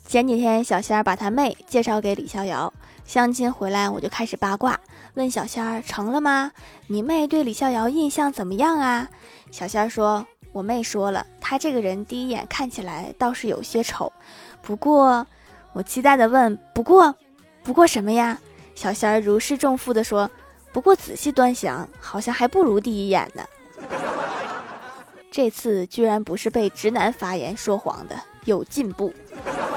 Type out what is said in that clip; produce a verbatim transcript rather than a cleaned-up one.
前几天小仙儿把他妹介绍给李逍遥，相亲回来我就开始八卦，问小仙儿成了吗？你妹对李逍遥印象怎么样啊？小仙儿说，我妹说了，他这个人第一眼看起来倒是有些丑，不过我期待的问，不过不过什么呀？小仙儿如释重负的说，不过仔细端详，好像还不如第一眼呢。这次居然不是被直男发言说谎的，有进步。